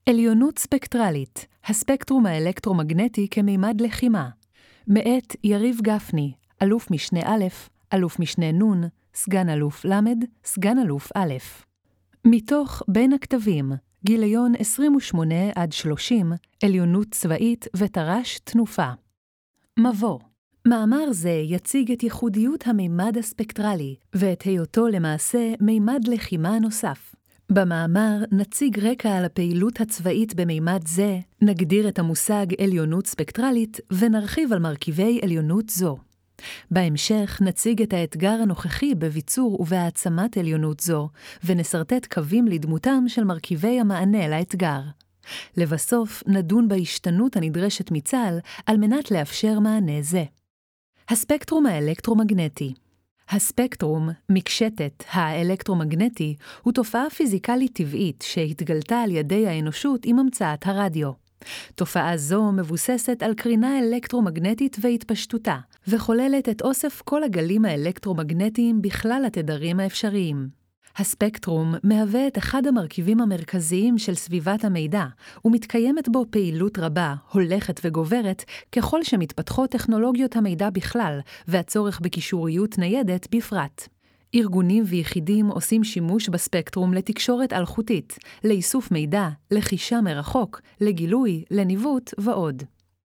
עליונות ספקטרלית, הספקטרום האלקטרומגנטי כמימד לחימה. מאת יריב גפני, אלוף משנה א', אלוף משנה נ', סגן אלוף ל', סגן אלוף א'. מתוך בין הכתבים, גיליון 28 עד 30, עליונות צבאית ותר"ש תנופה. מבוא. מאמר זה יציג את ייחודיות המימד הספקטרלי ואת היותו למעשה מימד לחימה נוסף. במאמר נציג רקע על הפעילות הצבאית במימד זה, נגדיר את המושג עליונות ספקטרלית ונרחיב על מרכיבי עליונות זו. בהמשך נציג את האתגר הנוכחי בביצור ובהעצמת עליונות זו, ונסרטט קווים לדמותם של מרכיבי המענה לאתגר. לבסוף נדון בהשתנות הנדרשת מצה"ל על מנת לאפשר מענה זה. הספקטרום האלקטרומגנטי. הספקטרום, מקשטת האלקטרומגנטי, הוא תופעה פיזיקלית טבעית שהתגלתה על ידי האנושות עם המצאת הרדיו. תופעה זו מבוססת על קרינה אלקטרומגנטית והתפשטותה, וכוללת את אוסף כל הגלים האלקטרומגנטיים בכלל התדרים האפשריים. הספקטרום מהווה את אחד המרכיבים המרכזיים של סביבת המידע, ומתקיימת בו פעילות רבה, הולכת וגוברת, ככל שמתפתחות טכנולוגיות המידע בכלל, והצורך בקישוריות ניידת בפרט. ארגונים ויחידים עושים שימוש בספקטרום לתקשורת אלחוטית, לאיסוף מידע, לחישה מרחוק, לגילוי, לניווט ועוד.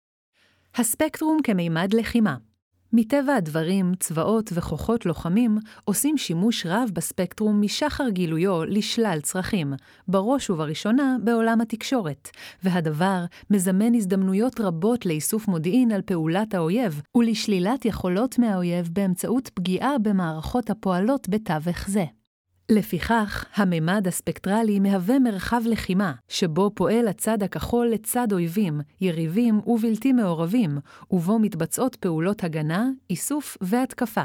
הספקטרום כמימד לחימה. מטבע הדברים, צבאות וכוחות לוחמים עושים שימוש רב בספקטרום משחר גילויו לשלל צרכים, בראש ובראשונה בעולם התקשורת, והדבר מזמן הזדמנויות רבות לאיסוף מודיעין על פעולת האויב ולשלילת יכולות מהאויב באמצעות פגיעה במערכות הפועלות בתווך זה. לפיכך, המימד הספקטרלי מהווה מרחב לחימה, שבו פועל הצד הכחול לצד אויבים, יריבים ובלתי מעורבים, ובו מתבצעות פעולות הגנה, איסוף והתקפה.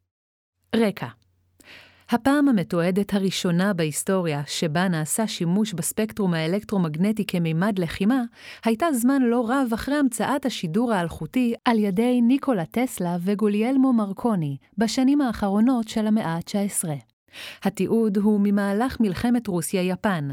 רקע. הפעם המתועדת הראשונה בהיסטוריה שבה נעשה שימוש בספקטרום האלקטרומגנטי כמימד לחימה, הייתה זמן לא רב אחרי המצאת השידור האלחוטי על ידי ניקולה טסלה וגוליאלמו מרקוני בשנים האחרונות של המאה ה-19. התיעוד הוא ממהלך מלחמת רוסיה-יפן,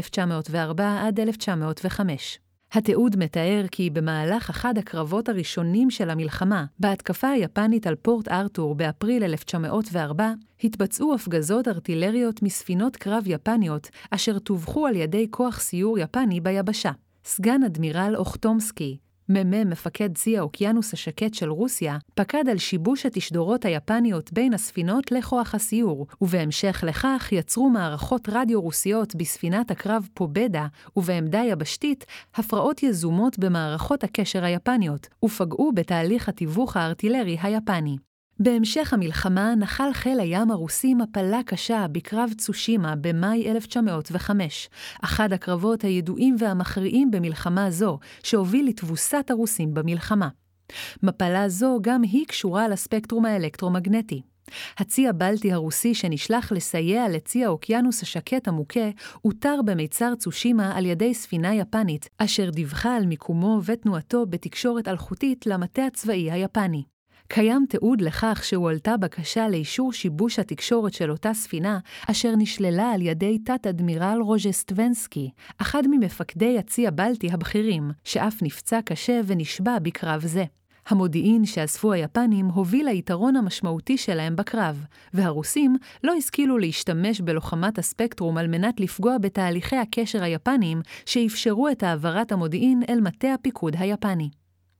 1904 עד 1905. התיעוד מתאר כי במהלך אחד הקרבות הראשונים של המלחמה, בהתקפה היפנית על פורט ארתור באפריל 1904, התבצעו הפגזות ארטילריות מספינות קרב יפניות, אשר תווכו על ידי כוח סיור יפני ביבשה. סגן אדמירל אוכטומסקי, מפקד צי האוקיינוס השקט של רוסיה, פקד על שיבוש התשדורות היפניות בין הספינות לכוח הסיור, ובהמשך לכך יצרו מערכות רדיו רוסיות בספינת הקרב פובדה ובעמדה יבשתית הפרעות יזומות במערכות הקשר היפניות, ופגעו בתהליך התיווך הארטילרי היפני. בהמשך המלחמה נחל חיל הים הרוסי מפלה קשה בקרב צושימה במאי 1905, אחד הקרבות הידועים והמכריעים במלחמה זו, שהוביל לתבוסת הרוסים במלחמה. מפלה זו גם היא קשורה לספקטרום האלקטרומגנטי. הצי הבלטי הרוסי שנשלח לסייע לצי האוקיינוס השקט המוכה, אותר במיצר צושימה על ידי ספינה יפנית, אשר דיווחה על מיקומו ותנועתו בתקשורת אלחוטית למטה הצבאי היפני. קיים תיעוד לכך שהועלתה בקשה לאישור שיבוש התקשורת של אותה ספינה, אשר נשללה על ידי תת-אדמירל רוז'סטבנסקי, אחד ממפקדי הצי הבלטי הבכירים, שאף נפצע קשה ונשבע בקרב זה. המודיעין שאספו היפנים הוביל ליתרון המשמעותי שלהם בקרב, והרוסים לא השכילו להשתמש בלוחמת הספקטרום על מנת לפגוע בתהליכי הקשר היפניים שאפשרו את העברת המודיעין אל מטה הפיקוד היפני.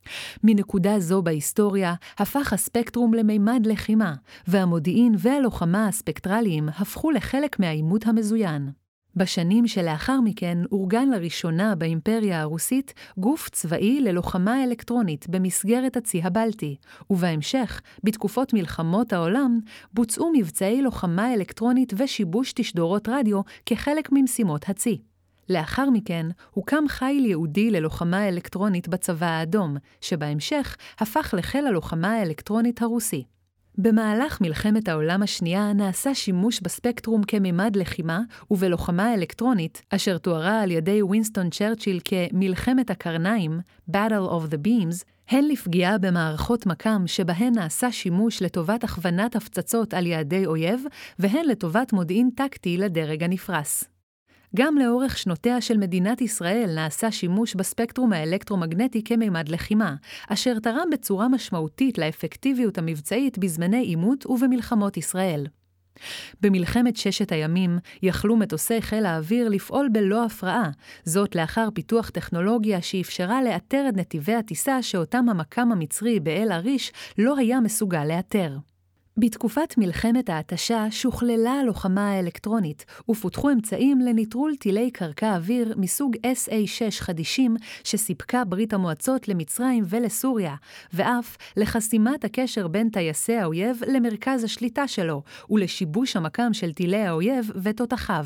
מנקודה זו בהיסטוריה הפך הספקטרום למימד לחימה, והמודיעין והלוחמה הספקטרליים הפכו לחלק מהעימות המזוין. בשנים שלאחר מכן אורגן לראשונה באימפריה הרוסית גוף צבאי ללוחמה אלקטרונית במסגרת הצי הבלטי, ובהמשך, בתקופות מלחמות העולם, בוצעו מבצעי לוחמה אלקטרונית ושיבוש תשדורות רדיו כחלק ממשימות הצי. לאחר מכן הוקם חיל ייעודי ללוחמה אלקטרונית בצבא האדום, שבהמשך הפך לחיל הלוחמה האלקטרונית הרוסי. במהלך מלחמת העולם השנייה נעשה שימוש בספקטרום כמימד לחימה ובלוחמה אלקטרונית, אשר תוארה על ידי ווינסטון צ'רצ'יל כמלחמת הקרניים, Battle of the Beams, הן לפגיעה במערכות מקם שבהן נעשה שימוש לטובת הכוונת הפצצות על יעדי אויב, והן לטובת מודיעין טקטי לדרג הנפרס. גם לאורך שנותיה של מדינת ישראל נעשה שימוש בספקטרום האלקטרומגנטי כמימד לחימה, אשר תרם בצורה משמעותית לאפקטיביות המבצעית בזמני עימות ובמלחמות ישראל. במלחמת ששת הימים יכלו מטוסי חיל האוויר לפעול בלא הפרעה, זאת לאחר פיתוח טכנולוגיה שאפשרה לאתר את נתיבי הטיסה שאותם המקם המצרי באל עריש לא היה מסוגל לאתר. בתקופת מלחמת ההתשה שוכללה הלוחמה האלקטרונית, ופותחו אמצעים לניטרול טילי קרקע אוויר מסוג SA-6 חדישים שסיפקה ברית המועצות למצרים ולסוריה, ואף לחסימת הקשר בין טייסי האויב למרכז השליטה שלו, ולשיבוש המקם של טילי האויב ותותחיו.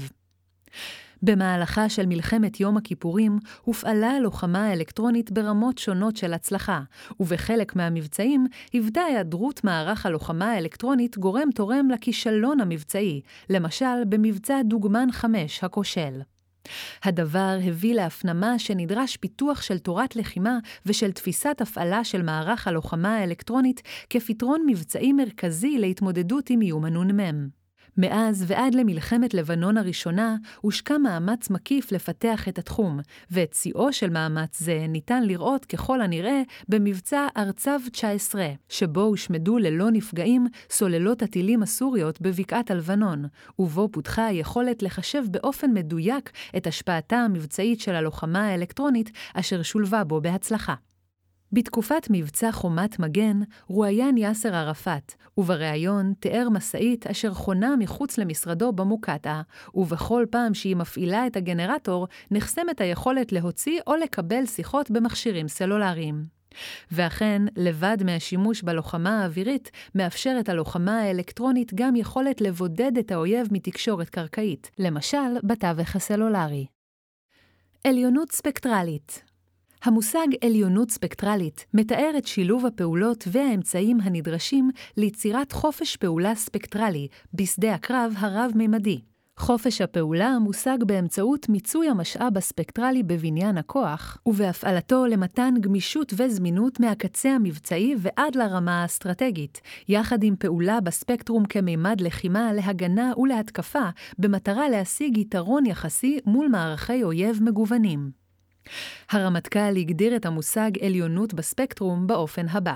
במהלכה של מלחמת יום הכיפורים הופעלה הלוחמה האלקטרונית ברמות שונות של הצלחה, ובחלק מהמבצעים היוותה היעדרות מערך הלוחמה האלקטרונית גורם תורם לכישלון המבצעי, למשל במבצע דוגמן 5 הכושל. הדבר הביא להפנמה שנדרש פיתוח של תורת לחימה ושל תפיסת הפעלה של מערך הלוחמה האלקטרונית כפתרון מבצעי מרכזי להתמודדות עם איום הנ"מ. מאז ועד למלחמת לבנון הראשונה הושקע מאמץ מקיף לפתח את התחום, ואת שיאו של מאמץ זה ניתן לראות ככל הנראה במבצע ארצב 19, שבו הושמדו ללא נפגעים סוללות הטילים הסוריות בבקעת הלבנון, ובו פותחה היכולת לחשב באופן מדויק את השפעתה המבצעית של הלוחמה האלקטרונית אשר שולבה בו בהצלחה. בתקופת מבצע חומת מגן רואיין יאסר ערפאת, ובריאיון תיאר מסעית אשר חונה מחוץ למשרדו במוקטעה, ובכל פעם שהיא מפעילה את הגנרטור נחסמת היכולת להוציא או לקבל שיחות במכשירים סלולריים. ואכן, לבד מהשימוש בלוחמה האווירית, מאפשרת הלוחמה האלקטרונית גם יכולת לבודד את האויב מתקשורת קרקעית, למשל בתווך הסלולרי. עליונות ספקטרלית. המושג עליונות ספקטרלית מתאר את שילוב הפעולות והאמצעים הנדרשים ליצירת חופש פעולה ספקטרלי בשדה הקרב הרב-ממדי. חופש הפעולה מושג באמצעות מיצוי המשאב הספקטרלי בבניין הכוח, ובהפעלתו למתן גמישות וזמינות מהקצה המבצעי ועד לרמה האסטרטגית, יחד עם פעולה בספקטרום כמימד לחימה להגנה ולהתקפה, במטרה להשיג יתרון יחסי מול מערכי אויב מגוונים. הרמטכ"ל הגדיר את המושג עליונות בספקטרום באופן הבא: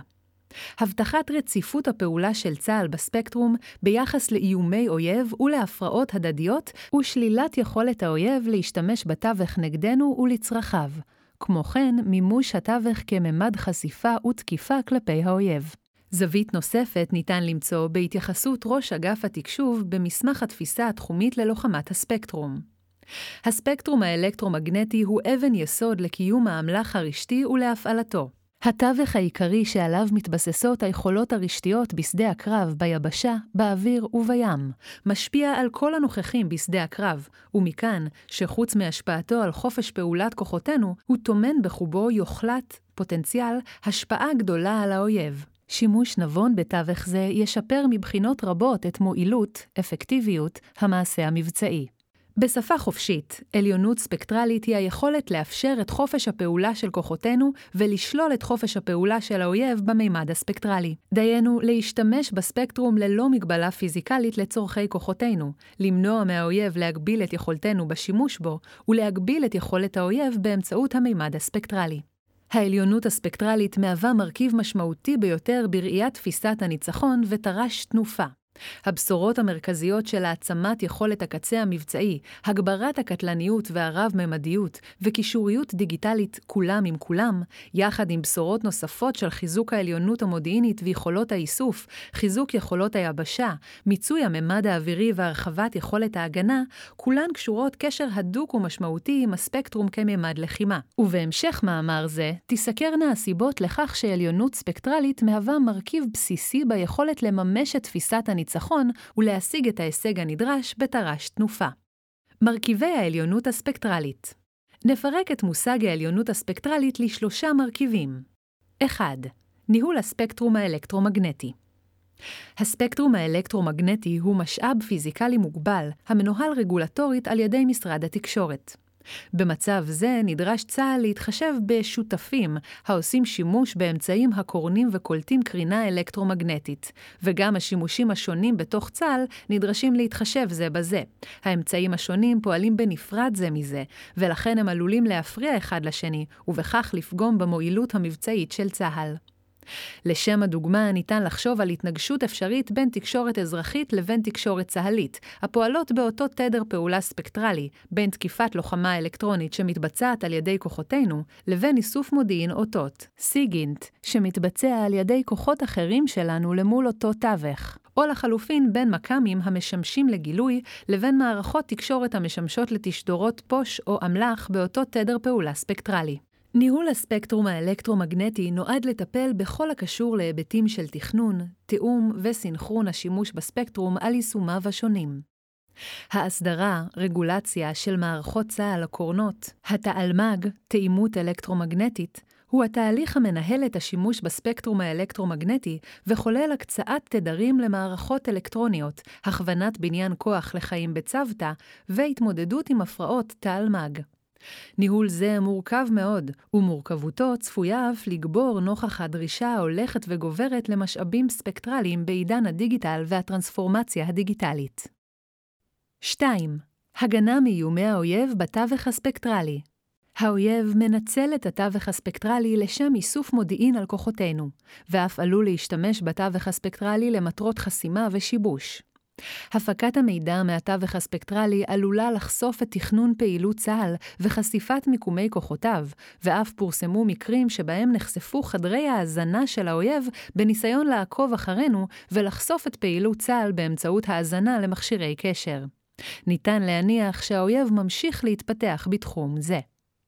הבטחת רציפות הפעולה של צה"ל בספקטרום ביחס לאיומי אויב ולהפרעות הדדיות ושלילת יכולת האויב להשתמש בתווך נגדנו ולצרכיו. כמו כן, מימוש התווך כממד חשיפה ותקיפה כלפי האויב. זווית נוספת ניתן למצוא בהתייחסות ראש אגף התקשוב במסמך התפיסה התחומית ללוחמת הספקטרום. הספקטרום האלקטרומגנטי הוא אבן יסוד לקיום האמל"ח הרשתי ולהפעלתו. התווך העיקרי שעליו מתבססות היכולות הרשתיות בשדה הקרב, ביבשה, באוויר ובים, משפיע על כל הנוכחים בשדה הקרב, ומכאן שחוץ מהשפעתו על חופש פעולת כוחותינו, הוא טומן בחובו יוחלט, פוטנציאל, השפעה גדולה על האויב. שימוש נבון בתווך זה ישפר מבחינות רבות את מועילות, אפקטיביות, המעשה המבצעי. בשפה חופשית, עליונות ספקטרלית היא היכולת לאפשר את חופש הפעולה של כוחותינו ולשלול את חופש הפעולה של האויב במימד הספקטרלי. דיינו, להשתמש בספקטרום ללא מגבלה פיזיקלית לצורכי כוחותינו, למנוע מהאויב להגביל את יכולתנו בשימוש בו, ולהגביל את יכולת האויב באמצעות המימד הספקטרלי. העליונות הספקטרלית מהווה מרכיב משמעותי ביותר בראיית תפיסת הניצחון ותר"ש תנופה. הבשורות המרכזיות של העצמת יכולת הקצה המבצעי, הגברת הקטלניות והרב-ממדיות וקישוריות דיגיטלית כולם עם כולם, יחד עם בשורות נוספות של חיזוק העליונות המודיעינית ויכולות האיסוף, חיזוק יכולות היבשה, מיצוי הממד האווירי והרחבת יכולת ההגנה, כולן קשורות קשר הדוק ומשמעותי עם הספקטרום כממד לחימה. ובהמשך מאמר זה, תסקרנה הסיבות לכך שעליונות ספקטרלית מהווה מרכיב בסיסי ביכולת לממש את תפיסת הניצחון ולהשיג את ההישג הנדרש בתר"ש תנופה. מרכיבי העליונות הספקטרלית. נפרק את מושג העליונות הספקטרלית לשלושה מרכיבים. 1. ניהול הספקטרום האלקטרומגנטי. הספקטרום האלקטרומגנטי הוא משאב פיזיקלי מוגבל, המנוהל רגולטורית על ידי משרד התקשורת. במצב זה נדרש צה"ל להתחשב בשותפים העושים שימוש באמצעים הקורנים וקולטים קרינה אלקטרומגנטית, וגם השימושים השונים בתוך צה"ל נדרשים להתחשב זה בזה. האמצעים השונים פועלים בנפרד זה מזה, ולכן הם עלולים להפריע אחד לשני, ובכך לפגום במועילות המבצעית של צה"ל. לשם הדוגמה ניתן לחשוב על התנגשות אפשרית בין תקשורת אזרחית לבין תקשורת צהלית, הפועלות באותו תדר פעולה ספקטרלי, בין תקיפת לוחמה אלקטרונית שמתבצעת על ידי כוחותינו, לבין איסוף מודיעין אותות, סיגינט, שמתבצע על ידי כוחות אחרים שלנו למול אותו תווך, או לחלופין בין מקמים המשמשים לגילוי, לבין מערכות תקשורת המשמשות לתשדורות פוש או אמל"ח באותו תדר פעולה ספקטרלי. ניהול הספקטרום האלקטרומגנטי נועד לטפל בכל הקשור להיבטים של תכנון, תיאום וסינכרון השימוש בספקטרום על יישומיו השונים. ההסדרה, רגולציה של מערכות צה"ל הקורנות, התעלמ"ג, תאימות אלקטרומגנטית, הוא התהליך המנהל את השימוש בספקטרום האלקטרומגנטי וכולל הקצאת תדרים למערכות אלקטרוניות, הכוונת בניין כוח לחיים בצוותא והתמודדות עם הפרעות תעלמ"ג. ניהול זה מורכב מאוד, ומורכבותו צפויה אף לגבור נוכח הדרישה ההולכת וגוברת למשאבים ספקטרליים בעידן הדיגיטל והטרנספורמציה הדיגיטלית. 2. הגנה מאיומי האויב בתווך הספקטרלי. האויב מנצל את התווך הספקטרלי לשם איסוף מודיעין על כוחותינו, ואף עלול להשתמש בתווך הספקטרלי למטרות חסימה ושיבוש. הפקת המידע מהתווך הספקטרלי עלולה לחשוף את תכנון פעילות צה"ל וחשיפת מיקומי כוחותיו, ואף פורסמו מקרים שבהם נחשפו חדרי ההאזנה של האויב בניסיון לעקוב אחרינו ולחשוף את פעילות צה"ל באמצעות האזנה למכשירי קשר. ניתן להניח שהאויב ממשיך להתפתח בתחום זה.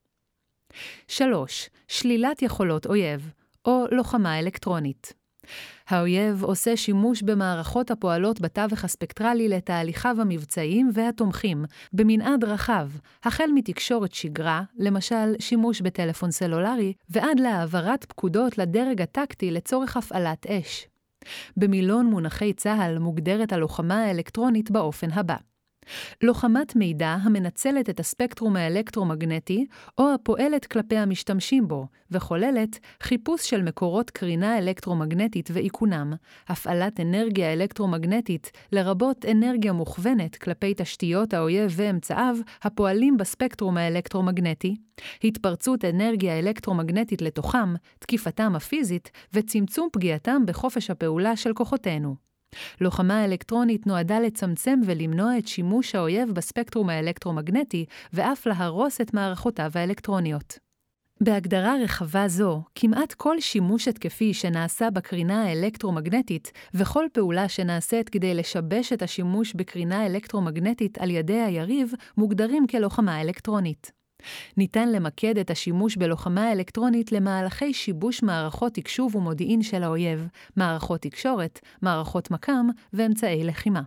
3. שלילת יכולות אויב, או לוחמה אלקטרונית. האויב עושה שימוש במערכות הפועלות בתווך הספקטרלי לתהליכיו המבצעיים והתומכים, במנעד רחב, החל מתקשורת שגרה, למשל שימוש בטלפון סלולרי, ועד להעברת פקודות לדרג הטקטי לצורך הפעלת אש. במילון מונחי צה"ל מוגדרת הלוחמה האלקטרונית באופן הבא: לוחמת מידע המנצלת את הספקטרום האלקטרומגנטי או הפועלת כלפי המשתמשים בו, וכוללת חיפוש של מקורות קרינה אלקטרומגנטית ואיכונם, הפעלת אנרגיה אלקטרומגנטית לרבות אנרגיה מוכוונת כלפי תשתיות האויב ואמצעיו הפועלים בספקטרום האלקטרומגנטי, התפרצות אנרגיה אלקטרומגנטית לתוכם, תקיפתם הפיזית וצמצום פגיעתם בחופש הפעולה של כוחותינו. לוחמה אלקטרונית נועדה לצמצם ולמנוע את שימוש האויב בספקטרום האלקטרומגנטי ואף להרוס את מערכותיו האלקטרוניות. בהגדרה רחבה זו, כמעט כל שימוש התקפי שנעשה בקרינה האלקטרומגנטית וכל פעולה שנעשית כדי לשבש את השימוש בקרינה אלקטרומגנטית על ידי היריב מוגדרים כלוחמה אלקטרונית. ניתן למקד את השימוש בלוחמה אלקטרונית למהלכי שיבוש מערכות תקשוב ומודיעין של האויב, מערכות תקשורת, מערכות מקם ואמצעי לחימה.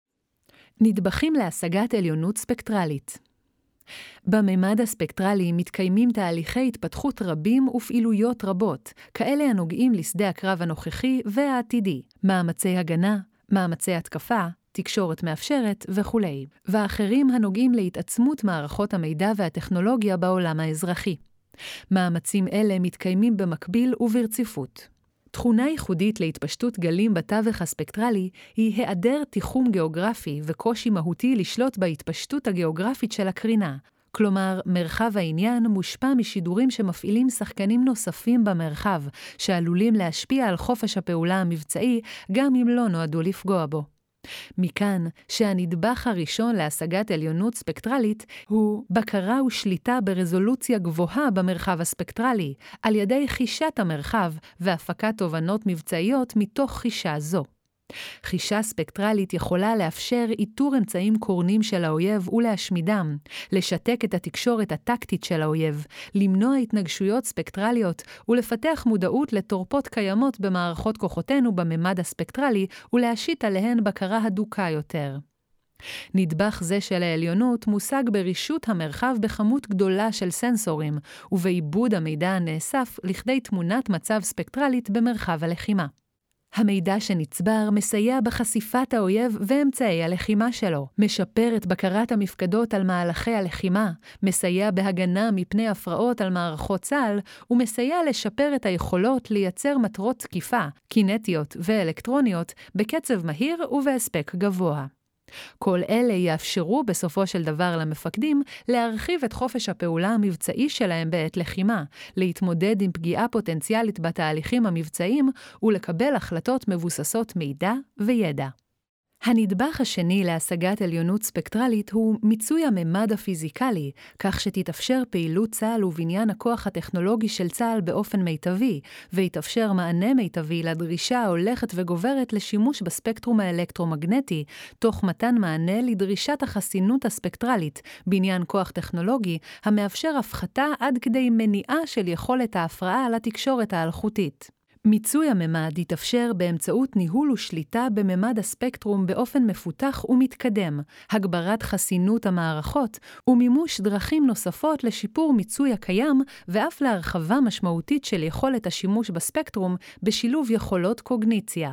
נדבכים להשגת עליונות ספקטרלית. בממד הספקטרלי מתקיימים תהליכי התפתחות רבים ופעילויות רבות, כאלה הנוגעים לשדה הקרב הנוכחי והעתידי, מאמצי הגנה, מאמצי התקפה, תקשורת מאפשרת וכו', ואחרים הנוגעים להתעצמות מערכות המידע והטכנולוגיה בעולם האזרחי. מאמצים אלה מתקיימים במקביל וברציפות. תכונה ייחודית להתפשטות גלים בתווך הספקטרלי היא היעדר תיחום גיאוגרפי וקושי מהותי לשלוט בהתפשטות הגיאוגרפית של הקרינה, כלומר, מרחב העניין מושפע משידורים שמפעילים שחקנים נוספים במרחב, שעלולים להשפיע על חופש הפעולה המבצעי גם אם לא נועדו לפגוע בו. מכאן שהנדבך הראשון להשגת עליונות ספקטרלית הוא בקרה ושליטה ברזולוציה גבוהה במרחב הספקטרלי, על ידי חישת המרחב והפקת תובנות מבצעיות מתוך חישה זו. חישה ספקטרלית יכולה לאפשר איתור אמצעים קורנים של האויב ולהשמידם, לשתק את התקשורת הטקטית של האויב, למנוע התנגשויות ספקטרליות ולפתח מודעות לתורפות קיימות במערכות כוחותינו בממד הספקטרלי ולהשית עליהן בקרה הדוקה יותר. נדבך זה של העליונות מושג ברישות המרחב בכמות גדולה של סנסורים ובעיבוד המידע הנאסף לכדי תמונת מצב ספקטרלית במרחב הלחימה. המידע שנצבר מסייע בחשיפת האויב ואמצעי הלחימה שלו, משפר את בקרת המפקדות על מהלכי הלחימה, מסייע בהגנה מפני הפרעות על מערכות צה"ל, ומסייע לשפר את היכולות לייצר מטרות תקיפה, קינטיות ואלקטרוניות, בקצב מהיר ובהספק גבוה. כל אלה יאפשרו בסופו של דבר למפקדים להרחיב את חופש הפעולה המבצעי שלהם בעת לחימה, להתמודד עם פגיעה פוטנציאלית בתהליכים המבצעיים ולקבל החלטות מבוססות מידע וידע. הנדבך השני להשגת עליונות ספקטרלית הוא מיצוי הממד הפיזיקלי, כך שתתאפשר פעילות צה"ל ובניין הכוח הטכנולוגי של צה"ל באופן מיטבי, ויתאפשר מענה מיטבי לדרישה ההולכת וגוברת לשימוש בספקטרום האלקטרומגנטי, תוך מתן מענה לדרישת החסינות הספקטרלית, בניין כוח טכנולוגי, המאפשר הפחתה עד כדי מניעה של יכולת ההפרעה לתקשורת האלחוטית. מיצוי הממד יתאפשר באמצעות ניהול ושליטה בממד הספקטרום באופן מפותח ומתקדם, הגברת חסינות המערכות ומימוש דרכים נוספות לשיפור מיצוי הקיים ואף להרחבה משמעותית של יכולת השימוש בספקטרום בשילוב יכולות קוגניציה.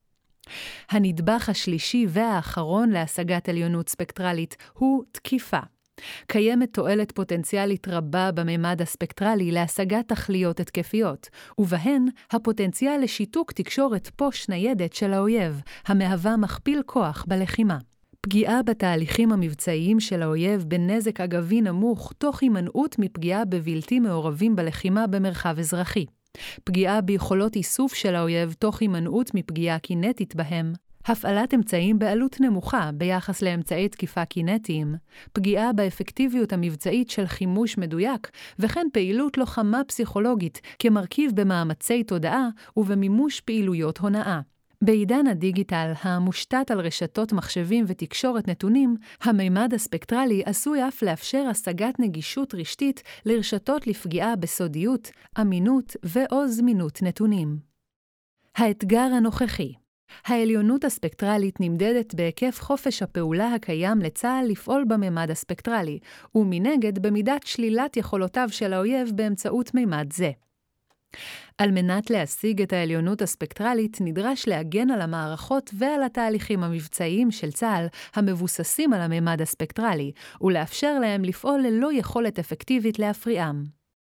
הנדבך השלישי והאחרון להשגת עליונות ספקטרלית הוא תקיפה. קיימת תועלת פוטנציאלית רבה בממד הספקטרלי להשגת תכליות התקפיות, ובהן הפוטנציאל לשיתוק תקשורת פוש ניידת של האויב, המהווה מכפיל כוח בלחימה. פגיעה בתהליכים המבצעיים של האויב בנזק אגבי נמוך, תוך הימנעות מפגיעה בבלתי מעורבים בלחימה במרחב אזרחי. פגיעה ביכולות איסוף של האויב תוך הימנעות מפגיעה קינטית בהם. הפעלת אמצעים בעלות נמוכה ביחס לאמצעי תקיפה קינטיים, פגיעה באפקטיביות המבצעית של חימוש מדויק, וכן פעילות לוחמה פסיכולוגית כמרכיב במאמצי תודעה ובמימוש פעילויות הונאה. בעידן הדיגיטל, המושתת על רשתות מחשבים ותקשורת נתונים, הממד הספקטרלי עשוי אף לאפשר השגת נגישות רשתית לרשתות לפגיעה בסודיות, אמינות ו/או זמינות נתונים. האתגר הנוכחי. העליונות הספקטרלית נמדדת בהיקף חופש הפעולה הקיים לצה"ל לפעול בממד הספקטרלי, ומנגד במידת שלילת יכולותיו של האויב באמצעות ממד זה. על מנת להשיג את העליונות הספקטרלית נדרש להגן על המערכות ועל התהליכים המבצעיים של צה"ל המבוססים על הממד הספקטרלי, ולאפשר להם לפעול ללא יכולת אפקטיבית להפריעם.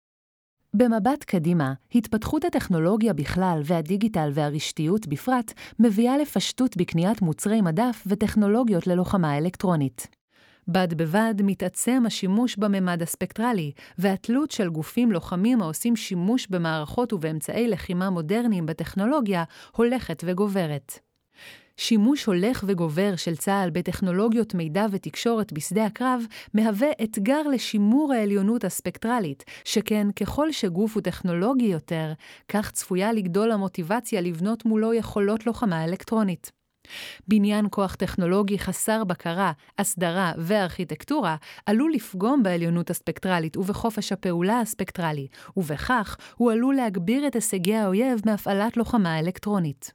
במבט קדימה, התפתחות הטכנולוגיה בכלל והדיגיטל והרשתיות בפרט מביאה לפשטות בקניית מוצרי מדף וטכנולוגיות ללוחמה אלקטרונית. בד בבד מתעצם השימוש בממד הספקטרלי, והתלות של גופים לוחמים העושים שימוש במערכות ובאמצעי לחימה מודרניים בטכנולוגיה הולכת וגוברת. שימוש הולך וגובר של צה"ל בטכנולוגיות מידע ותקשורת בשדה הקרב מהווה אתגר לשימור העליונות הספקטרלית, שכן ככל שגוף הוא טכנולוגי יותר, כך צפויה לגדול המוטיבציה לבנות מולו יכולות לוחמה אלקטרונית. בניין כוח טכנולוגי חסר בקרה, הסדרה וארכיטקטורה עלול לפגום בעליונות הספקטרלית ובחופש הפעולה הספקטרלי, ובכך הוא עלול להגביר את הישגי האויב מהפעלת לוחמה אלקטרונית.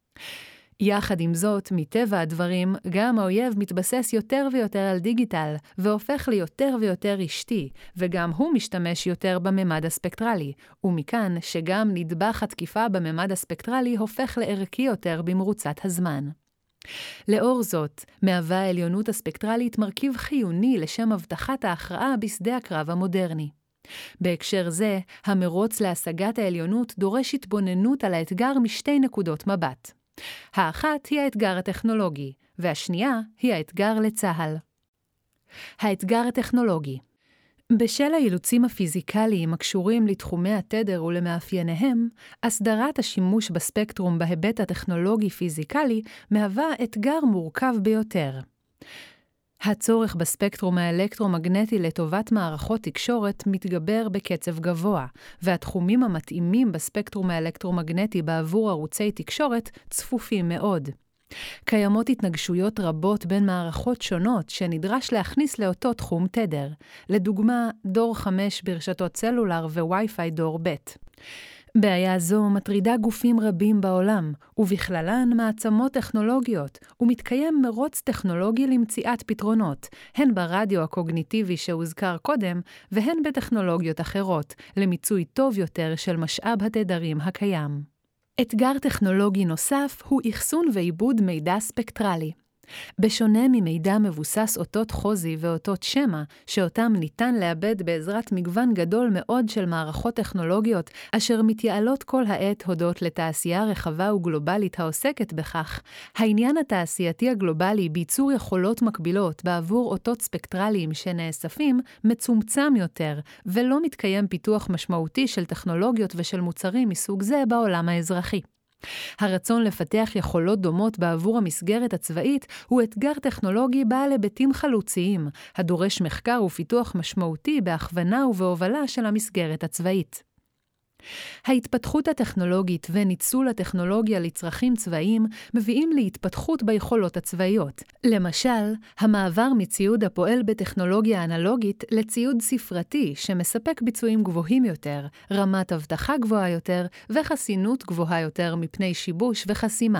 יחד עם זאת, מטבע הדברים, גם האויב מתבסס יותר ויותר על דיגיטל, והופך ליותר ויותר רשתי, וגם הוא משתמש יותר בממד הספקטרלי, ומכאן שגם נדבך התקיפה בממד הספקטרלי הופך לערכי יותר במרוצת הזמן. לאור זאת, מהווה העליונות הספקטרלית מרכיב חיוני לשם הבטחת ההכרעה בשדה הקרב המודרני. בהקשר זה, המרוץ להשגת העליונות דורש התבוננות על האתגר משתי נקודות מבט. האחת היא האתגר הטכנולוגי, והשנייה היא האתגר לצה"ל. האתגר הטכנולוגי. בשל האילוצים הפיזיקליים הקשורים לתחומי התדר ולמאפייניהם, הסדרת השימוש בספקטרום בהיבט הטכנולוגי-פיזיקלי מהווה אתגר מורכב ביותר. הצורך בספקטרום האלקטרומגנטי לטובת מערכות תקשורת מתגבר בקצב גבוה, והתחומים המתאימים בספקטרום האלקטרומגנטי בעבור ערוצי תקשורת צפופים מאוד. קיימות התנגשויות רבות בין מערכות שונות שנדרש להכניס לאותו תחום תדר, לדוגמה דור 5 ברשתות סלולר וווי-פיי דור ב'. בעיה זו מטרידה גופים רבים בעולם, ובכללן מעצמות טכנולוגיות, ומתקיים מרוץ טכנולוגי למציאת פתרונות, הן ברדיו הקוגניטיבי שהוזכר קודם, והן בטכנולוגיות אחרות, למיצוי טוב יותר של משאב התדרים הקיים. אתגר טכנולוגי נוסף הוא אחסון ועיבוד מידע ספקטרלי. בשונה ממידע מבוסס אותות חוזי ואותות שמע, שאותם ניתן לעבד בעזרת מגוון גדול מאוד של מערכות טכנולוגיות, אשר מתייעלות כל העת הודות לתעשייה רחבה וגלובלית העוסקת בכך, העניין התעשייתי הגלובלי בייצור יכולות מקבילות בעבור אותות ספקטרליים שנאספים מצומצם יותר, ולא מתקיים פיתוח משמעותי של טכנולוגיות ושל מוצרים מסוג זה בעולם האזרחי. הרצון לפתח יכולות דומות בעבור המסגרת הצבאית הוא אתגר טכנולוגי בעל היבטים חלוציים, הדורש מחקר ופיתוח משמעותי בהכוונה ובהובלה של המסגרת הצבאית. ההתפתחות הטכנולוגית וניצול הטכנולוגיה לצרכים צבאיים מביאים להתפתחות ביכולות הצבאיות. למשל, המעבר מציוד הפועל בטכנולוגיה אנלוגית לציוד ספרתי שמספק ביצועים גבוהים יותר, רמת אבטחה גבוהה יותר וחסינות גבוהה יותר מפני שיבוש וחסימה.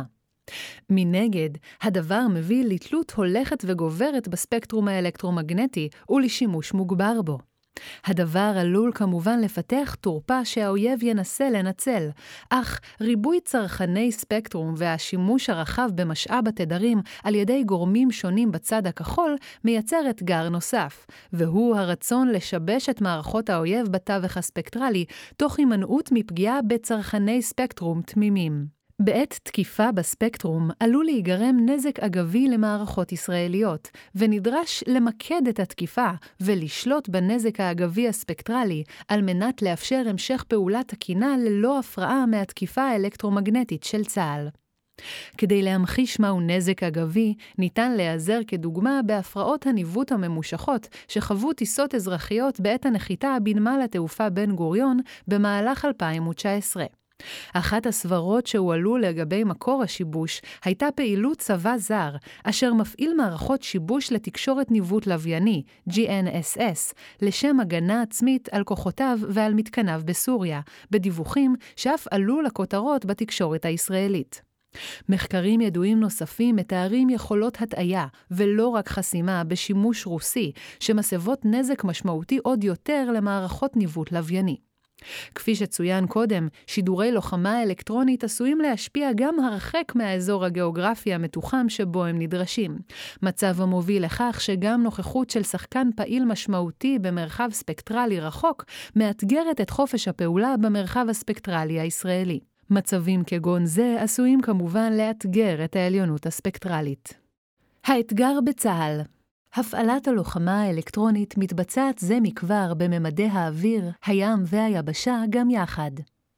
מנגד, הדבר מביא לתלות הולכת וגוברת בספקטרום האלקטרומגנטי ולשימוש מוגבר בו. הדבר עלול כמובן לפתח תורפה שהאויב ינסה לנצל, אך ריבוי צרכני ספקטרום והשימוש הרחב במשאב התדרים על ידי גורמים שונים בצד הכחול מייצר אתגר נוסף, והוא הרצון לשבש את מערכות האויב בתווך הספקטרלי, תוך הימנעות מפגיעה בצרכני ספקטרום תמימים. בעת תקיפה בספקטרום עלול להיגרם נזק אגבי למערכות ישראליות, ונדרש למקד את התקיפה ולשלוט בנזק האגבי הספקטרלי על מנת לאפשר המשך פעולה תקינה ללא הפרעה מהתקיפה האלקטרומגנטית של צה"ל. כדי להמחיש מהו נזק אגבי, ניתן להיעזר כדוגמה בהפרעות הניווט הממושכות שחוו טיסות אזרחיות בעת הנחיתה בנמל התעופה בן גוריון במהלך 2019. אחת הסברות שהועלו לגבי מקור השיבוש הייתה פעילות צבא זר, אשר מפעיל מערכות שיבוש לתקשורת ניווט לווייני, GNSS, לשם הגנה עצמית על כוחותיו ועל מתקניו בסוריה, בדיווחים שאף עלו לכותרות בתקשורת הישראלית. מחקרים ידועים נוספים מתארים יכולות הטעיה ולא רק חסימה בשימוש רוסי, שמסבות נזק משמעותי עוד יותר למערכות ניווט לווייני. כפי שצוין קודם, שידורי לוחמה אלקטרונית עשויים להשפיע גם הרחק מהאזור הגיאוגרפי המתוחם שבו הם נדרשים. מצב המוביל לכך שגם נוכחות של שחקן פעיל משמעותי במרחב ספקטרלי רחוק, מאתגרת את חופש הפעולה במרחב הספקטרלי הישראלי. מצבים כגון זה עשויים כמובן לאתגר את העליונות הספקטרלית. האתגר בצה"ל. הפעלת הלוחמה האלקטרונית מתבצעת זה מכבר בממדי האוויר, הים והיבשה גם יחד.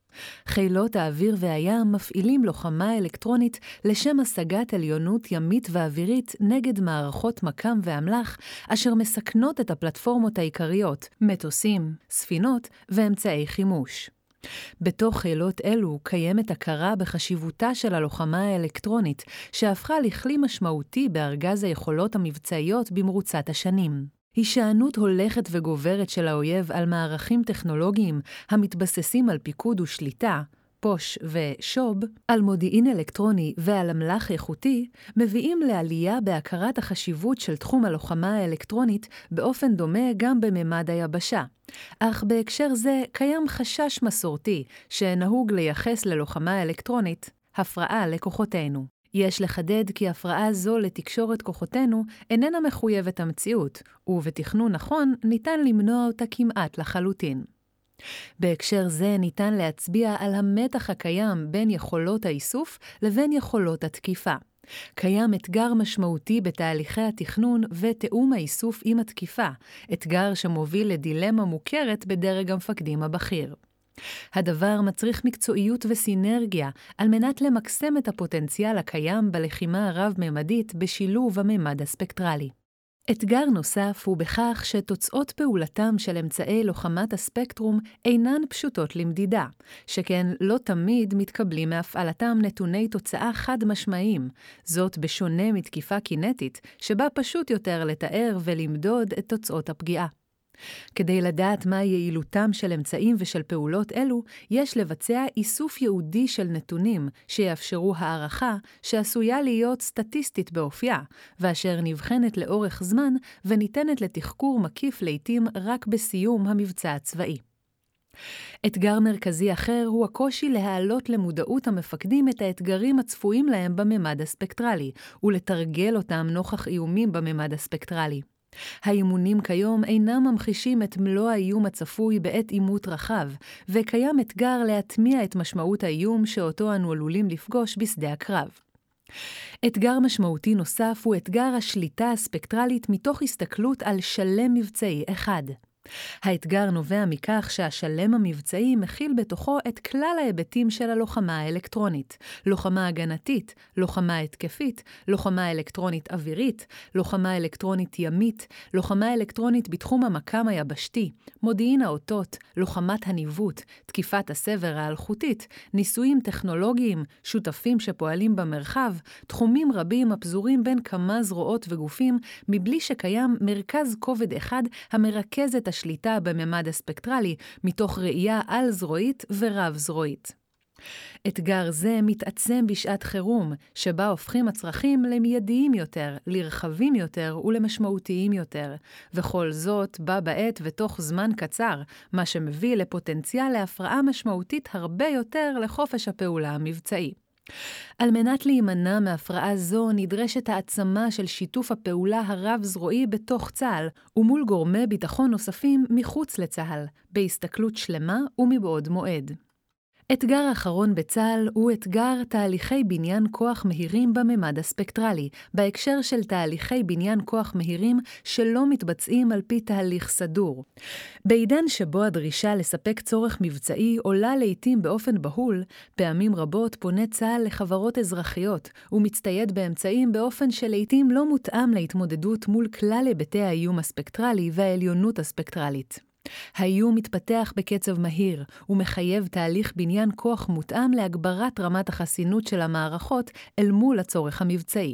חילות האוויר והים מפעילים לוחמה אלקטרונית לשם השגת עליונות ימית ואווירית נגד מערכות מקם ואמל"ח, אשר מסכנות את הפלטפורמות העיקריות, מטוסים, ספינות ואמצעי חימוש. בתוך חילות אלו קיימת הכרה בחשיבותה של הלוחמה האלקטרונית, שהפכה לכלי משמעותי בארגז היכולות המבצעיות במרוצת השנים. הישענות הולכת וגוברת של האויב על מערכים טכנולוגיים המתבססים על פיקוד ושליטה, פוש ושוב, על מודיעין אלקטרוני ועל אמל"ח איכותי, מביאים לעלייה בהכרת החשיבות של תחום הלוחמה האלקטרונית באופן דומה גם בממד היבשה. אך בהקשר זה קיים חשש מסורתי שנהוג לייחס ללוחמה אלקטרונית הפרעה לכוחותינו. יש לחדד כי הפרעה זו לתקשורת כוחותינו איננה מחויבת המציאות, ובתכנון נכון ניתן למנוע אותה כמעט לחלוטין. בהקשר זה ניתן להצביע על המתח הקיים בין יכולות האיסוף לבין יכולות התקיפה. קיים אתגר משמעותי בתהליכי התכנון ותאום האיסוף עם התקיפה, אתגר שמוביל לדילמה מוכרת בדרג המפקדים הבכיר. הדבר מצריך מקצועיות וסינרגיה על מנת למקסם את הפוטנציאל הקיים בלחימה הרב-ממדית בשילוב הממד הספקטרלי. אתגר נוסף הוא בכך שתוצאות פעולתם של אמצעי לוחמת הספקטרום אינן פשוטות למדידה, שכן לא תמיד מתקבלים מהפעלתם נתוני תוצאה חד משמעיים, זאת בשונה מתקיפה קינטית, שבה פשוט יותר לתאר ולמדוד את תוצאות הפגיעה. כדי לדעת מה יעילותם של אמצעים ושל פעולות אלו, יש לבצע איסוף ייעודי של נתונים שיאפשרו הערכה שעשויה להיות סטטיסטית באופייה, ואשר נבחנת לאורך זמן וניתנת לתחקור מקיף לעתים רק בסיום המבצע הצבאי. אתגר מרכזי אחר הוא הקושי להעלות למודעות המפקדים את האתגרים הצפויים להם בממד הספקטרלי, ולתרגל אותם נוכח איומים בממד הספקטרלי. האימונים כיום אינם ממחישים את מלוא האיום הצפוי בעת עימות רחב, וקיים אתגר להטמיע את משמעות האיום שאותו אנו עלולים לפגוש בשדה הקרב. אתגר משמעותי נוסף הוא אתגר השליטה הספקטרלית מתוך הסתכלות על שלם מבצעי אחד. האתגר נובע מכך שהשלם המבצעי מכיל בתוכו את כלל ההיבטים של הלוחמה האלקטרונית, לוחמה הגנתית, לוחמה התקפית, לוחמה אלקטרונית אווירית, לוחמה אלקטרונית ימית, לוחמה אלקטרונית בתחום המקם היבשתי, מודיעין האותות, לוחמת הניווט, תקיפת הסבר האלחוטית, ניסויים טכנולוגיים, שותפים שפועלים במרחב, תחומים רבים הפזורים בין כמה זרועות וגופים, מבלי שקיים מרכז כובד אחד המרכז את השליטה בממד הספקטרלי, מתוך ראייה על-זרועית ורב-זרועית. אתגר זה מתעצם בשעת חירום, שבה הופכים הצרכים למיידיים יותר, לרחבים יותר ולמשמעותיים יותר, וכל זאת בא בעת ותוך זמן קצר, מה שמביא לפוטנציאל להפרעה משמעותית הרבה יותר לחופש הפעולה המבצעי. על מנת להימנע מהפרעה זו נדרשת העצמה של שיתוף הפעולה הרב-זרועי בתוך צה"ל ומול גורמי ביטחון נוספים מחוץ לצה"ל, בהסתכלות שלמה ומבעוד מועד. אתגר האחרון בצה"ל הוא אתגר תהליכי בניין כוח מהירים בממד הספקטרלי, בהקשר של תהליכי בניין כוח מהירים שלא מתבצעים על פי תהליך סדור. בעידן שבו הדרישה לספק צורך מבצעי עולה לעתים באופן בהול, פעמים רבות פונה צה"ל לחברות אזרחיות ומצטייד באמצעים באופן שלעתים לא מותאם להתמודדות מול כלל היבטי האיום הספקטרלי והעליונות הספקטרלית. האיום מתפתח בקצב מהיר ומחייב תהליך בניין כוח מותאם להגברת רמת החסינות של המערכות אל מול הצורך המבצעי.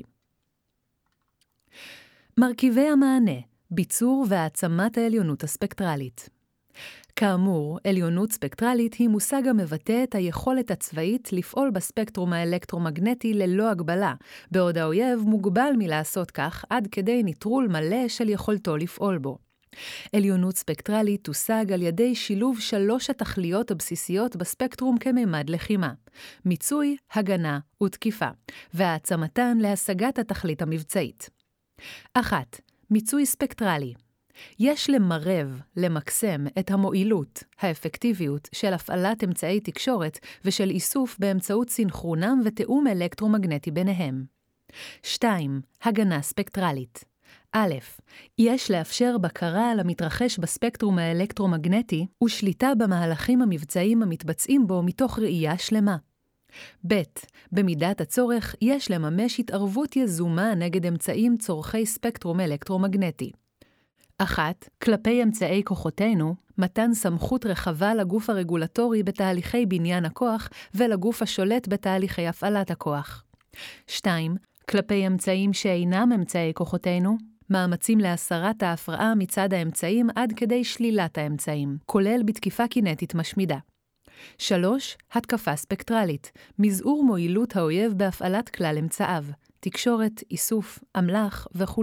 מרכיבי המענה, ביצור והעצמת העליונות הספקטרלית. כאמור, עליונות ספקטרלית היא מושג המבטא את היכולת הצבאית לפעול בספקטרום האלקטרומגנטי ללא הגבלה, בעוד האויב מוגבל מלעשות כך עד כדי ניטרול מלא של יכולתו לפעול בו. עליונות ספקטרלית תושג על ידי שילוב 3 התכליות הבסיסיות בספקטרום כממד לחימה, מיצוי, הגנה ותקיפה, והעצמתן להשגת התכלית המבצעית. 1. מיצוי ספקטרלי. יש למקסם את המועילות, האפקטיביות של הפעלת אמצעי תקשורת ושל איסוף באמצעות סינכרונם ותאום אלקטרומגנטי ביניהם. 2. הגנה ספקטרלית. א', יש לאפשר בקרה על המתרחש בספקטרום האלקטרומגנטי ושליטה במהלכים המבצעיים המתבצעים בו מתוך ראייה שלמה. ב', במידת הצורך יש לממש התערבות יזומה נגד אמצעים צורכי ספקטרום אלקטרומגנטי. 1. כלפי אמצעי כוחותינו, מתן סמכות רחבה לגוף הרגולטורי בתהליכי בניין הכוח ולגוף השולט בתהליכי הפעלת הכוח. 2. כלפי אמצעים שאינם אמצעי כוחותינו, מאמצים להסרת ההפרעה מצד האמצעים עד כדי שלילת האמצעים, כולל בתקיפה קינטית משמידה. 3. התקפה ספקטרלית, מזעור מועילות האויב בהפעלת כלל אמצעיו, תקשורת, איסוף, אמל"ח וכו'.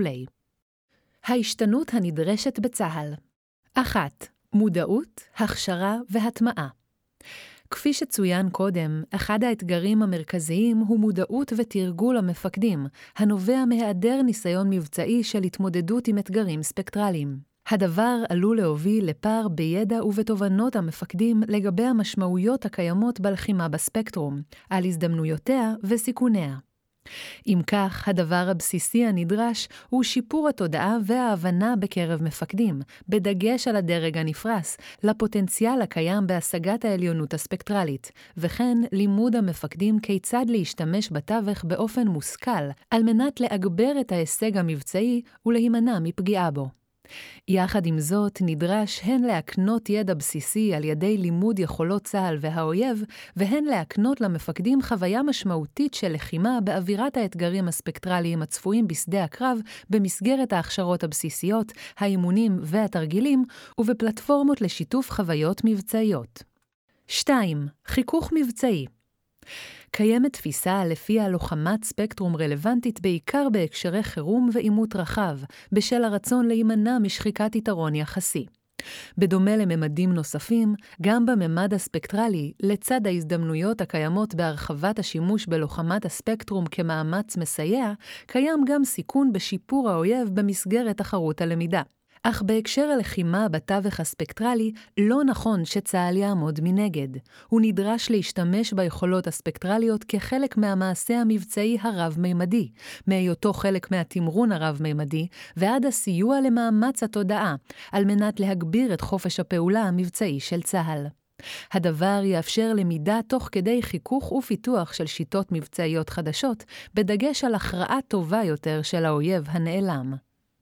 ההשתנות הנדרשת בצה"ל. 1. מודעות, הכשרה והטמעה. כפי שצוין קודם, אחד האתגרים המרכזיים הוא מודעות ותרגול המפקדים, הנובע מהיעדר ניסיון מבצעי של התמודדות עם אתגרים ספקטרליים. הדבר עלול להוביל לפער בידע ובתובנות המפקדים לגבי המשמעויות הקיימות בלחימה בספקטרום, על הזדמנויותיה וסיכוניה. אם כך, הדבר הבסיסי הנדרש הוא שיפור התודעה וההבנה בקרב מפקדים, בדגש על הדרג הנפרס, לפוטנציאל הקיים בהשגת העליונות הספקטרלית, וכן לימוד המפקדים כיצד להשתמש בתווך באופן מושכל, על מנת להגבר את ההישג המבצעי ולהימנע מפגיעה בו. יחד עם זאת, נדרש הן להקנות ידע בסיסי על ידי לימוד יכולות צה"ל והאויב, והן להקנות למפקדים חוויה משמעותית של לחימה באווירת האתגרים הספקטרליים הצפויים בשדה הקרב, במסגרת ההכשרות הבסיסיות, האימונים והתרגילים, ובפלטפורמות לשיתוף חוויות מבצעיות. 2. חיכוך מבצעי. קיימת תפיסה לפיה לוחמת ספקטרום רלוונטית בעיקר בהקשרי חירום ועימות רחב, בשל הרצון להימנע משחיקת יתרון יחסי. בדומה לממדים נוספים, גם בממד הספקטרלי, לצד ההזדמנויות הקיימות בהרחבת השימוש בלוחמת הספקטרום כמאמץ מסייע, קיים גם סיכון בשיפור האויב במסגרת תחרות הלמידה. אך בהקשר הלחימה בתווך הספקטרלי, לא נכון שצה"ל יעמוד מנגד. הוא נדרש להשתמש ביכולות הספקטרליות כחלק מהמעשה המבצעי הרב-מימדי, מהיותו חלק מהתמרון הרב-מימדי, ועד הסיוע למאמץ התודעה, על מנת להגביר את חופש הפעולה המבצעי של צה"ל. הדבר יאפשר למידה תוך כדי חיכוך ופיתוח של שיטות מבצעיות חדשות, בדגש על הכרעה טובה יותר של האויב הנעלם.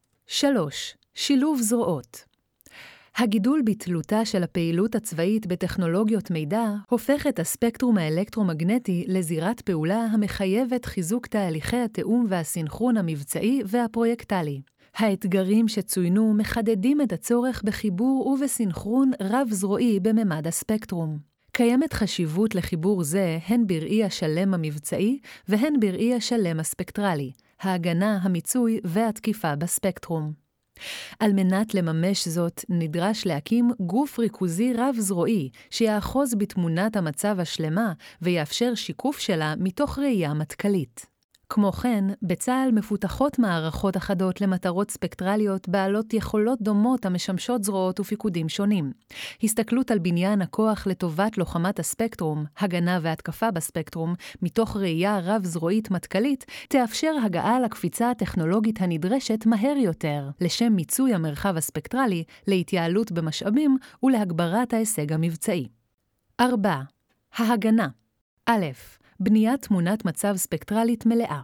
3. שילוב זרועות. הגידול בתלותה של הפעילות הצבאית בטכנולוגיות מידע הופך את הספקטרום האלקטרומגנטי לזירת פעולה המחייבת חיזוק תהליכי התיאום והסינכרון המבצעי והפרויקטלי. האתגרים שצוינו מחדדים את הצורך בחיבור ובסינכרון רב-זרועי בממד הספקטרום. קיימת חשיבות לחיבור זה הן בראי השלם המבצעי והן בראי השלם הספקטרלי, ההגנה, המיצוי והתקיפה בספקטרום. על מנת לממש זאת, נדרש להקים גוף ריכוזי רב-זרועי שיאחוז בתמונת המצב השלמה ויאפשר שיקוף שלה מתוך ראייה מטכלית. כמו כן, בצה"ל מפותחות מערכות אחדות למטרות ספקטרליות בעלות יכולות דומות המשמשות זרועות ופיקודים שונים. הסתכלות על בניין הכוח לטובת לוחמת הספקטרום, הגנה והתקפה בספקטרום, מתוך ראייה רב-זרועית מטכלית, תאפשר הגעה לקפיצה הטכנולוגית הנדרשת מהר יותר, לשם מיצוי המרחב הספקטרלי, להתייעלות במשאבים ולהגברת ההישג המבצעי. 4. ההגנה. א', בניית תמונת מצב ספקטרלית מלאה.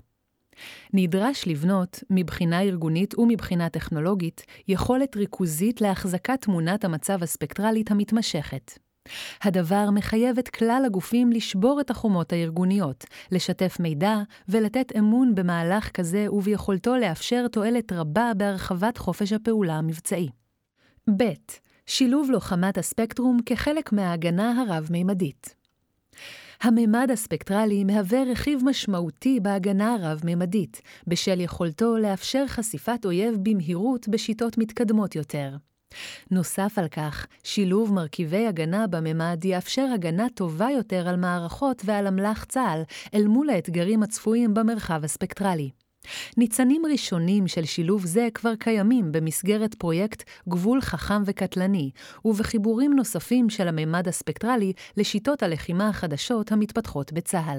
נדרש לבנות, מבחינה ארגונית ומבחינה טכנולוגית, יכולת ריכוזית להחזקת תמונת המצב הספקטרלית המתמשכת. הדבר מחייב את כלל הגופים לשבור את החומות הארגוניות, לשתף מידע ולתת אמון במהלך כזה וביכולתו לאפשר תועלת רבה בהרחבת חופש הפעולה המבצעי. ב', שילוב לוחמת הספקטרום כחלק מההגנה הרב-מימדית. הממד הספקטרלי מהווה רכיב משמעותי בהגנה הרב-ממדית, בשל יכולתו לאפשר חשיפת אויב במהירות בשיטות מתקדמות יותר. נוסף על כך, שילוב מרכיבי הגנה בממד יאפשר הגנה טובה יותר על מערכות ועל אמל"ח צה"ל, אל מול האתגרים הצפויים במרחב הספקטרלי. ניצנים ראשונים של שילוב זה כבר קיימים במסגרת פרויקט גבול חכם וקטלני, ובחיבורים נוספים של הממד הספקטרלי לשיטות הלחימה החדשות המתפתחות בצה"ל.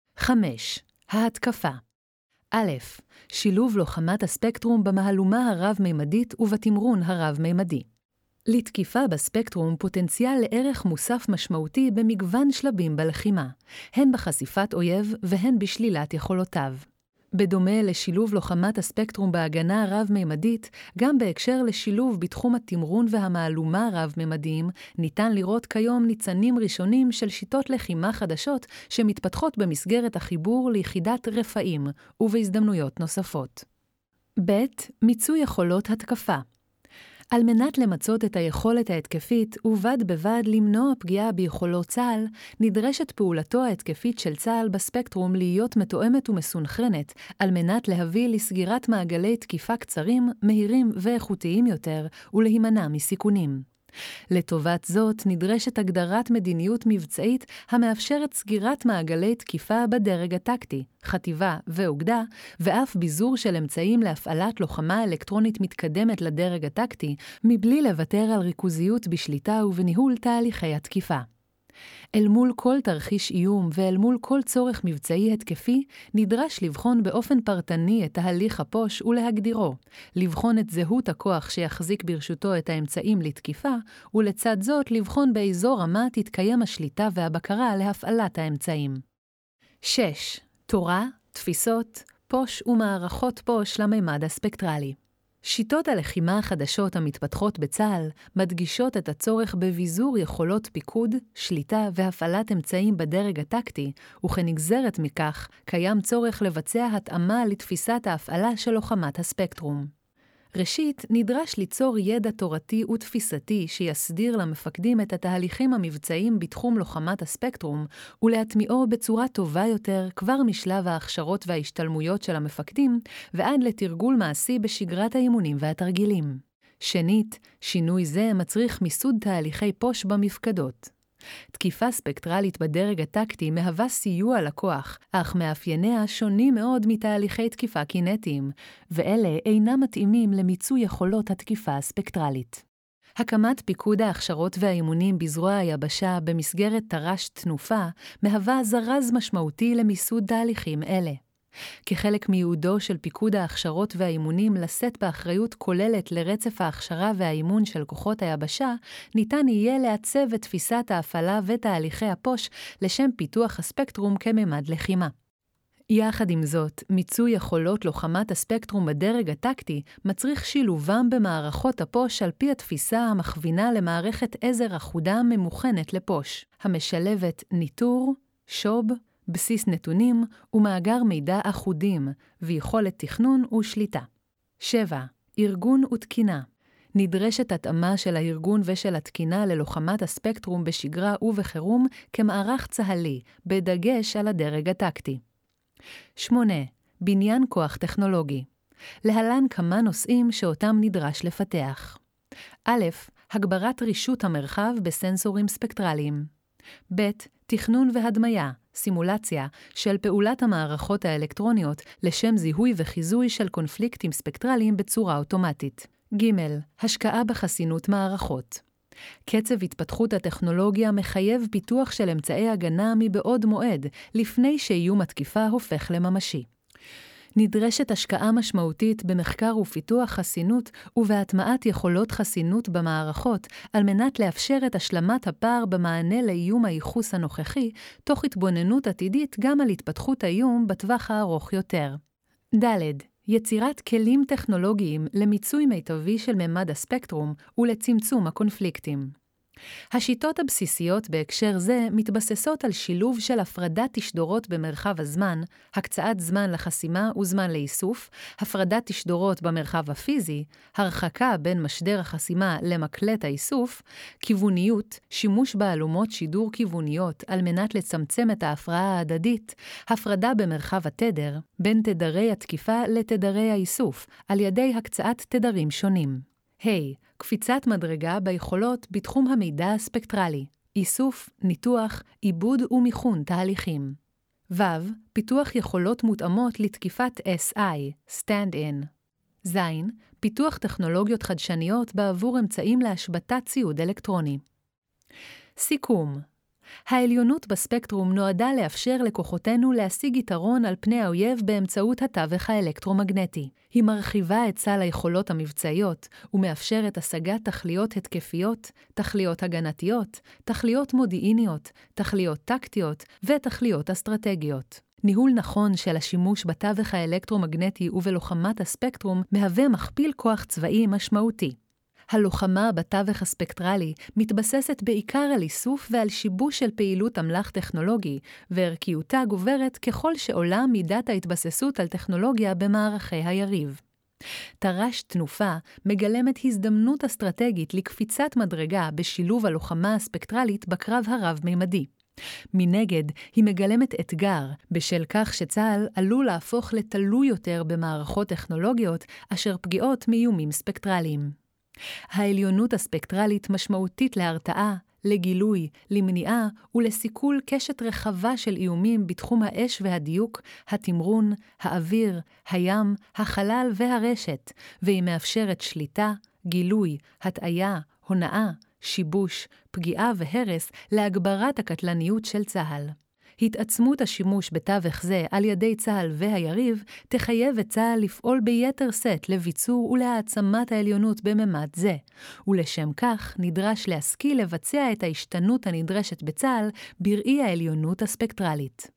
5. ההתקפה. א', שילוב לוחמת הספקטרום במהלומה הרב-מימדית ובתמרון הרב-מימדי. לתקיפה בספקטרום פוטנציאל לערך מוסף משמעותי במגוון שלבים בלחימה, הן בחשיפת אויב והן בשלילת יכולותיו. בדומה לשילוב לוחמת הספקטרום בהגנה הרב-מימדית, גם בהקשר לשילוב בתחום התמרון והמהלומה הרב-מימדיים, ניתן לראות כיום ניצנים ראשונים של שיטות לחימה חדשות שמתפתחות במסגרת החיבור ליחידת רפאים ובהזדמנויות נוספות. ב', מיצוי יכולות התקפה. על מנת למצות את היכולת ההתקפית ובד בבד למנוע פגיעה ביכולות צה"ל, נדרשת פעולתו ההתקפית של צה"ל בספקטרום להיות מתואמת ומסונכרנת, על מנת להביא לסגירת מעגלי תקיפה קצרים, מהירים ואיכותיים יותר, ולהימנע מסיכונים. לטובת זאת נדרשת הגדרת מדיניות מבצעית המאפשרת סגירת מעגלי תקיפה בדרג הטקטי, חטיבה ואוגדה, ואף ביזור של אמצעים להפעלת לוחמה אלקטרונית מתקדמת לדרג הטקטי, מבלי לוותר על ריכוזיות בשליטה ובניהול תהליכי התקיפה. אל מול כל תרחיש איום ואל מול כל צורך מבצעי התקפי, נדרש לבחון באופן פרטני את תהליך הפוש ולהגדירו, לבחון את זהות הכוח שיחזיק ברשותו את האמצעים לתקיפה, ולצד זאת לבחון באיזו רמה תתקיים השליטה והבקרה להפעלת האמצעים. 6. תורה, תפיסות, פוש ומערכות פוש לממד הספקטרלי. שיטות הלחימה החדשות המתפתחות בצה"ל מדגישות את הצורך בביזור יכולות פיקוד, שליטה והפעלת אמצעים בדרג הטקטי, וכנגזרת מכך קיים צורך לבצע התאמה לתפיסת ההפעלה של לוחמת הספקטרום. ראשית, נדרש ליצור ידע תורתי ותפיסתי שיסדיר למפקדים את התהליכים המבצעיים בתחום לוחמת הספקטרום, ולהטמיעו בצורה טובה יותר כבר משלב ההכשרות וההשתלמויות של המפקדים, ועד לתרגול מעשי בשגרת האימונים והתרגילים. שנית, שינוי זה מצריך מיסוד תהליכי פוש במפקדות. תקיפה ספקטרלית בדרג הטקטי מהווה סיוע לכוח, אך מאפייניה שונים מאוד מתהליכי תקיפה קינטיים, ואלה אינם מתאימים למיצוי יכולות התקיפה הספקטרלית. הקמת פיקוד ההכשרות והאימונים בזרוע היבשה במסגרת תר"ש תנופה מהווה זרז משמעותי למיסוד תהליכים אלה. כחלק מייעודו של פיקוד ההכשרות והאימונים לשאת באחריות כוללת לרצף ההכשרה והאימון של כוחות היבשה, ניתן יהיה לעצב את תפיסת ההפעלה ותהליכי הפוש לשם פיתוח הספקטרום כממד לחימה. יחד עם זאת, מיצוי יכולות לוחמת הספקטרום בדרג הטקטי מצריך שילובם במערכות הפוש על פי התפיסה המכווינה למערכת עזר אחודה ממוכנת לפוש, המשלבת ניטור, שוב, בסיס נתונים ומאגר מידע אחודים, ויכולת תכנון ושליטה. 7. ארגון ותקינה. נדרשת התאמה של הארגון ושל התקינה ללוחמת הספקטרום בשגרה ובחירום כמערך צהלי, בדגש על הדרג הטקטי. 8. בניין כוח טכנולוגי. להלן כמה נושאים שאותם נדרש לפתח. א', הגברת רישות המרחב בסנסורים ספקטרליים. ב', תכנון והדמיה, סימולציה, של פעולת המערכות האלקטרוניות לשם זיהוי וחיזוי של קונפליקטים ספקטרליים בצורה אוטומטית. ג', השקעה בחסינות מערכות. קצב התפתחות הטכנולוגיה מחייב פיתוח של אמצעי הגנה מבעוד מועד, לפני שאיום התקיפה הופך לממשי. נדרשת השקעה משמעותית במחקר ופיתוח חסינות ובהטמעת יכולות חסינות במערכות, על מנת לאפשר את השלמת הפער במענה לאיום הייחוס הנוכחי, תוך התבוננות עתידית גם על התפתחות האיום בטווח הארוך יותר. ד', יצירת כלים טכנולוגיים למיצוי מיטבי של ממד הספקטרום ולצמצום הקונפליקטים. השיטות הבסיסיות בהקשר זה מתבססות על שילוב של הפרדת תשדורות במרחב הזמן, הקצאת זמן לחסימה וזמן לאיסוף, הפרדת תשדורות במרחב הפיזי, הרחקה בין משדר החסימה למקלט האיסוף, כיווניות, שימוש באלומות שידור כיווניות על מנת לצמצם את ההפרעה ההדדית, הפרדה במרחב התדר, בין תדרי התקיפה לתדרי האיסוף, על ידי הקצאת תדרים שונים. קפיצת מדרגה ביכולות בתחום המידע הספקטרלי, איסוף, ניתוח, עיבוד ומיכון תהליכים. פיתוח יכולות מותאמות לתקיפת SI, Stand-in. פיתוח טכנולוגיות חדשניות בעבור אמצעים להשבתת ציוד אלקטרוני. סיכום. העליונות בספקטרום נועדה לאפשר לכוחותינו להשיג יתרון על פני האויב באמצעות התווך האלקטרומגנטי. היא מרחיבה את סל היכולות המבצעיות ומאפשרת השגת תכליות התקפיות, תכליות הגנתיות, תכליות מודיעיניות, תכליות טקטיות ותכליות אסטרטגיות. ניהול נכון של השימוש בתווך האלקטרומגנטי ובלוחמת הספקטרום מהווה מכפיל כוח צבאי משמעותי. הלוחמה בתווך הספקטרלי מתבססת בעיקר על איסוף ועל שיבוש של פעילות אמל"ח טכנולוגי, וערכיותה גוברת ככל שעולה מידת ההתבססות על טכנולוגיה במערכי היריב. תר"ש תנופה מגלמת הזדמנות אסטרטגית לקפיצת מדרגה בשילוב הלוחמה הספקטרלית בקרב הרב-מימדי. מנגד, היא מגלמת אתגר, בשל כך שצה"ל עלול להפוך לתלוי יותר במערכות טכנולוגיות אשר פגיעות מאיומים ספקטרליים. העליונות הספקטרלית משמעותית להרתעה, לגילוי, למניעה ולסיכול קשת רחבה של איומים בתחום האש והדיוק, התמרון, האוויר, הים, החלל והרשת, והיא מאפשרת שליטה, גילוי, הטעיה, הונאה, שיבוש, פגיעה והרס להגברת הקטלניות של צה"ל. התעצמות השימוש בתווך זה על ידי צה"ל והיריב תחייב את צה"ל לפעול ביתר שאת לביצור ולהעצמת העליונות בממד זה, ולשם כך נדרש להשכיל לבצע את ההשתנות הנדרשת בצה"ל בראי העליונות הספקטרלית.